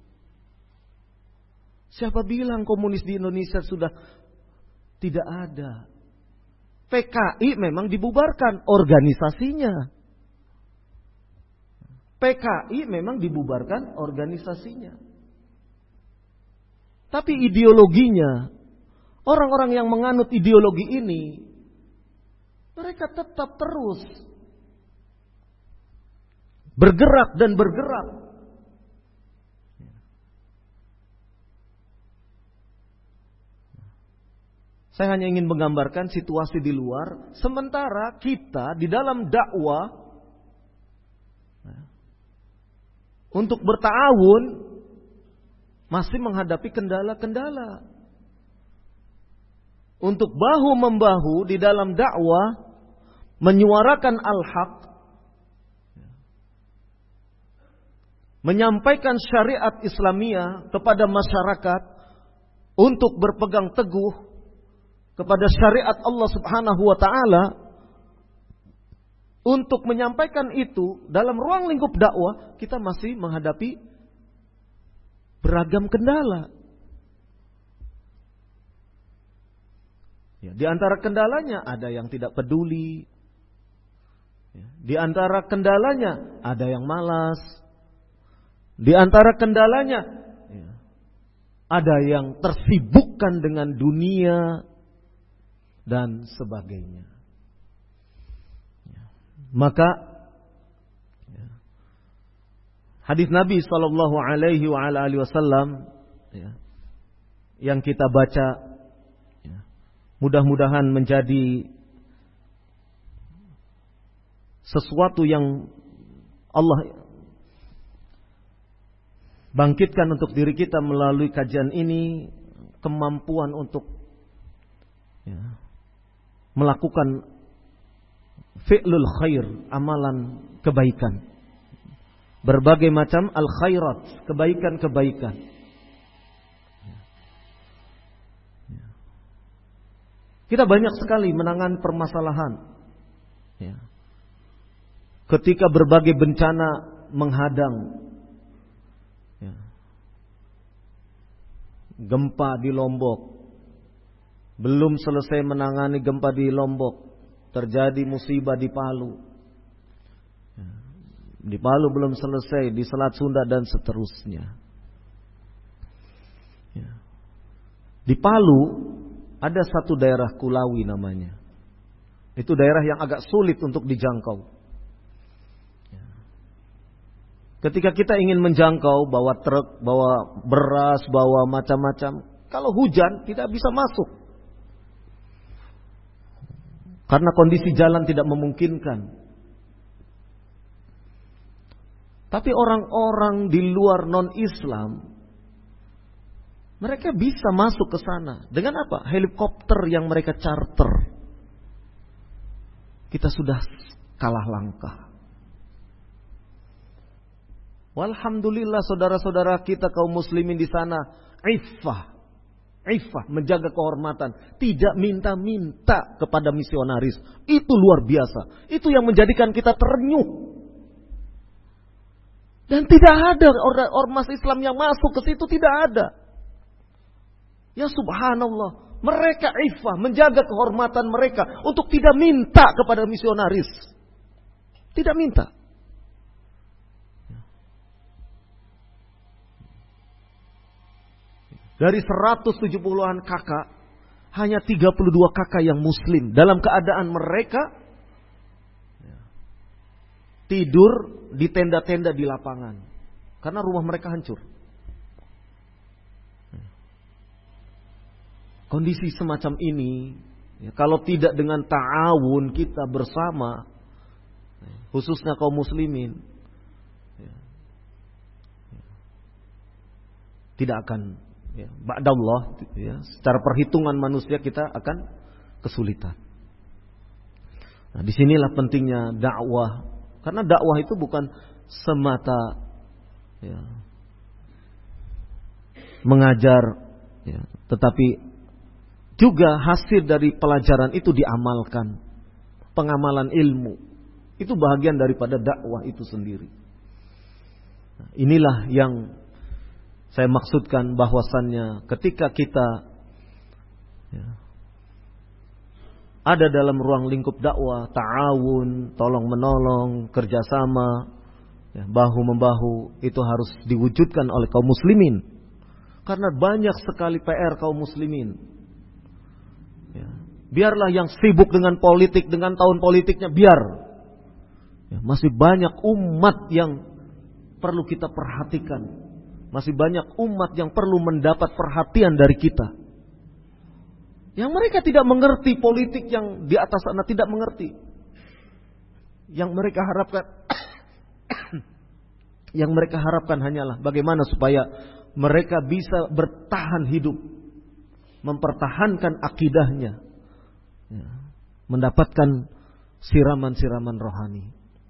Siapa bilang komunis di Indonesia sudah tidak ada? P K I memang dibubarkan organisasinya. P K I memang dibubarkan organisasinya. Tapi ideologinya, orang-orang yang menganut ideologi ini, mereka tetap terus bergerak dan bergerak. Saya hanya ingin menggambarkan situasi di luar, sementara kita di dalam dakwah untuk bertawun masih menghadapi kendala-kendala. Untuk bahu-membahu di dalam dakwah menyuarakan al-haq, menyampaikan syariat Islamiyah kepada masyarakat untuk berpegang teguh kepada syariat Allah Subhanahu wa taala. Untuk menyampaikan itu dalam ruang lingkup dakwah, kita masih menghadapi beragam kendala. Ya, di antara kendalanya ada yang tidak peduli. Ya, di antara kendalanya ada yang malas. Di antara kendalanya ya, ada yang tersibukkan dengan dunia dan sebagainya. Maka ya, hadis Nabi Sallallahu Alaihi Wasallam ya, yang kita baca ya, mudah-mudahan menjadi sesuatu yang Allah bangkitkan untuk diri kita melalui kajian ini, kemampuan untuk ya, melakukan fi'lul khair, amalan kebaikan. Berbagai macam al-khairat, kebaikan-kebaikan. Kita banyak sekali menangani permasalahan. Ya. Ketika berbagai bencana menghadang. Ya. Gempa di Lombok. Belum selesai menangani gempa di Lombok, terjadi musibah di Palu. Di Palu belum selesai, di Selat Sunda dan seterusnya. Ya. Di Palu ada satu daerah Kulawi namanya. Itu daerah yang agak sulit untuk dijangkau. Ya. Ketika kita ingin menjangkau, bawa truk, bawa beras, bawa macam-macam, kalau hujan tidak bisa masuk. Karena kondisi jalan tidak memungkinkan. Tapi orang-orang di luar non-Islam, mereka bisa masuk ke sana. Dengan apa? Helikopter yang mereka charter. Kita sudah kalah langkah. Walhamdulillah saudara-saudara kita kaum muslimin di sana iffah. Iffah, menjaga kehormatan. Tidak minta-minta kepada misionaris. Itu luar biasa. Itu yang menjadikan kita terenyuh. Dan tidak ada ormas Islam yang masuk ke situ, tidak ada. Ya subhanallah, mereka iffah, menjaga kehormatan mereka untuk tidak minta kepada misionaris. Tidak minta. Dari seratus tujuh puluhan kakak, hanya tiga puluh dua kakak yang muslim. Dalam keadaan mereka tidur di tenda-tenda di lapangan. Karena rumah mereka hancur. Kondisi semacam ini, ya, kalau tidak dengan ta'awun kita bersama, khususnya kaum muslimin, ya, ya, tidak akan, ya, ba'dallah, ya, secara perhitungan manusia kita akan kesulitan. Nah, disinilah pentingnya dakwah. Karena dakwah itu bukan semata, ya, mengajar, ya, tetapi juga hasil dari pelajaran itu diamalkan. Pengamalan ilmu itu bahagian daripada dakwah itu sendiri. Nah, inilah yang saya maksudkan bahwasannya ketika kita, ya, ada dalam ruang lingkup dakwah, ta'awun, tolong menolong, kerjasama, ya, bahu membahu, itu harus diwujudkan oleh kaum muslimin. Karena banyak sekali P R kaum muslimin. Ya, biarlah yang sibuk dengan politik, dengan tahun politiknya, biar. Ya, masih banyak umat yang perlu kita perhatikan. Masih banyak umat yang perlu mendapat perhatian dari kita. Yang mereka tidak mengerti politik yang di atas sana, tidak mengerti. Yang mereka harapkan yang mereka harapkan hanyalah bagaimana supaya mereka bisa bertahan hidup, mempertahankan akidahnya, ya, mendapatkan siraman-siraman rohani.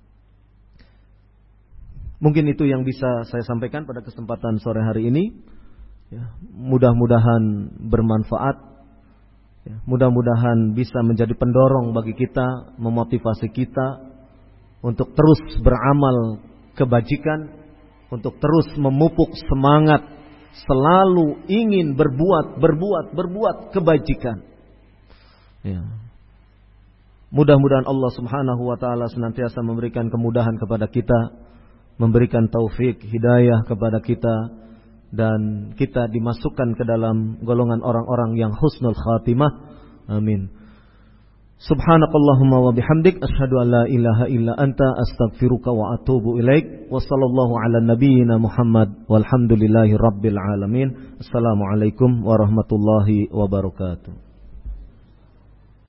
Mungkin itu yang bisa saya sampaikan pada kesempatan sore hari ini. Ya, mudah-mudahan bermanfaat. Ya, mudah-mudahan bisa menjadi pendorong bagi kita, memotivasi kita untuk terus beramal kebajikan, untuk terus memupuk semangat, selalu ingin berbuat, berbuat, berbuat kebajikan. Ya. Mudah-mudahan Allah Subhanahu wa taala senantiasa memberikan kemudahan kepada kita, memberikan taufik, hidayah kepada kita, dan kita dimasukkan ke dalam golongan orang-orang yang husnul khatimah. Amin. Subhanakallahumma wa bihamdik asyhadu an la ilaha illa anta astaghfiruka wa atubu ilaik. Wa sallallahu ala nabiyyina Muhammad walhamdulillahi rabbil alamin. Assalamualaikum warahmatullahi wabarakatuh.